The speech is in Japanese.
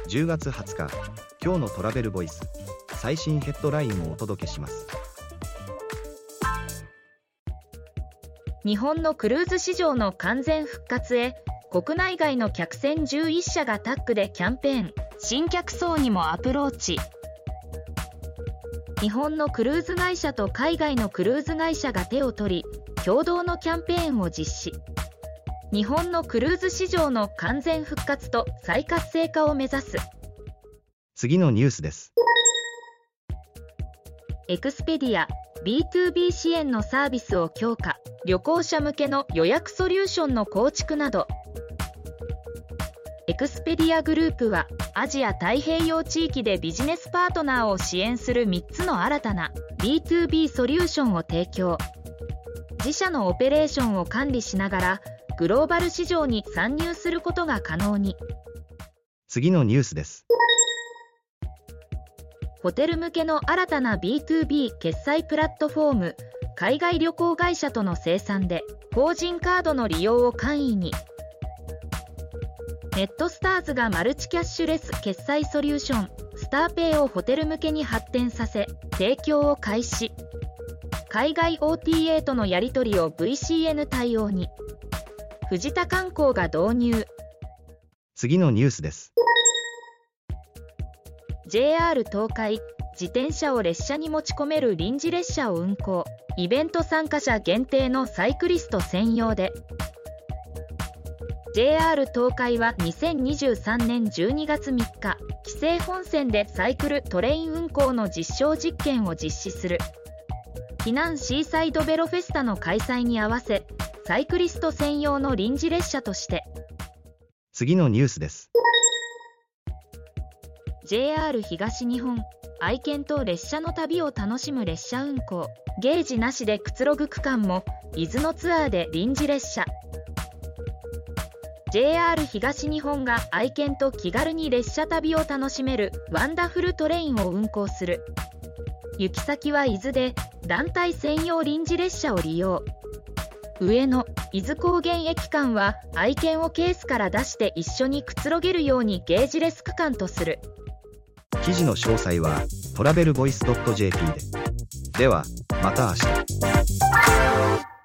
10月20日、今日のトラベルボイス、最新ヘッドラインをお届けします。 日本のクルーズ市場の完全復活へ、国内外の客船11社がタッグでキャンペーン、新客層にもアプローチ。日本のクルーズ会社と海外のクルーズ会社が手を取り、共同のキャンペーンを実施。日本のクルーズ市場の完全復活と再活性化を目指す。 次のニュースです。 エクスペディア B2B 支援のサービスを強化、旅行者向けの予約ソリューションの構築など。エクスペディアグループはアジア太平洋地域でビジネスパートナーを支援する3つの新たな B2B ソリューションを提供。自社のオペレーションを管理しながらグローバル市場に参入することが可能に。 次のニュースです。 ホテル向けの新たな B2B 決済プラットフォーム、海外旅行会社との生産で法人カードの利用を簡易に。ネットスターズがマルチキャッシュレス決済ソリューションスターペイをホテル向けに発展させ提供を開始。海外 OTA とのやり取りを VCN 対応に。藤田観光が導入。 次のニュースです。 JR 東海、自転車を列車に持ち込める臨時列車を運行。イベント参加者限定のサイクリスト専用で。JR 東海は2023年12月3日、紀勢本線でサイクルトレイン運行の実証実験を実施する。避難シーサイドベロフェスタの開催に合わせ、サイクリスト専用の臨時列車として。 次のニュースです。 JR 東日本、愛犬と列車の旅を楽しむ列車運行。ゲージなしでくつろぐ区間も、伊豆のツアーで臨時列車。JR 東日本が愛犬と気軽に列車旅を楽しめるワンダフルトレインを運行する。行き先は伊豆で、団体専用臨時列車を利用。上野、伊豆高原駅間は愛犬をケースから出して一緒にくつろげるようにゲージレス区間とする。 記事の詳細はトラベルボイス .jp で。では、また明日。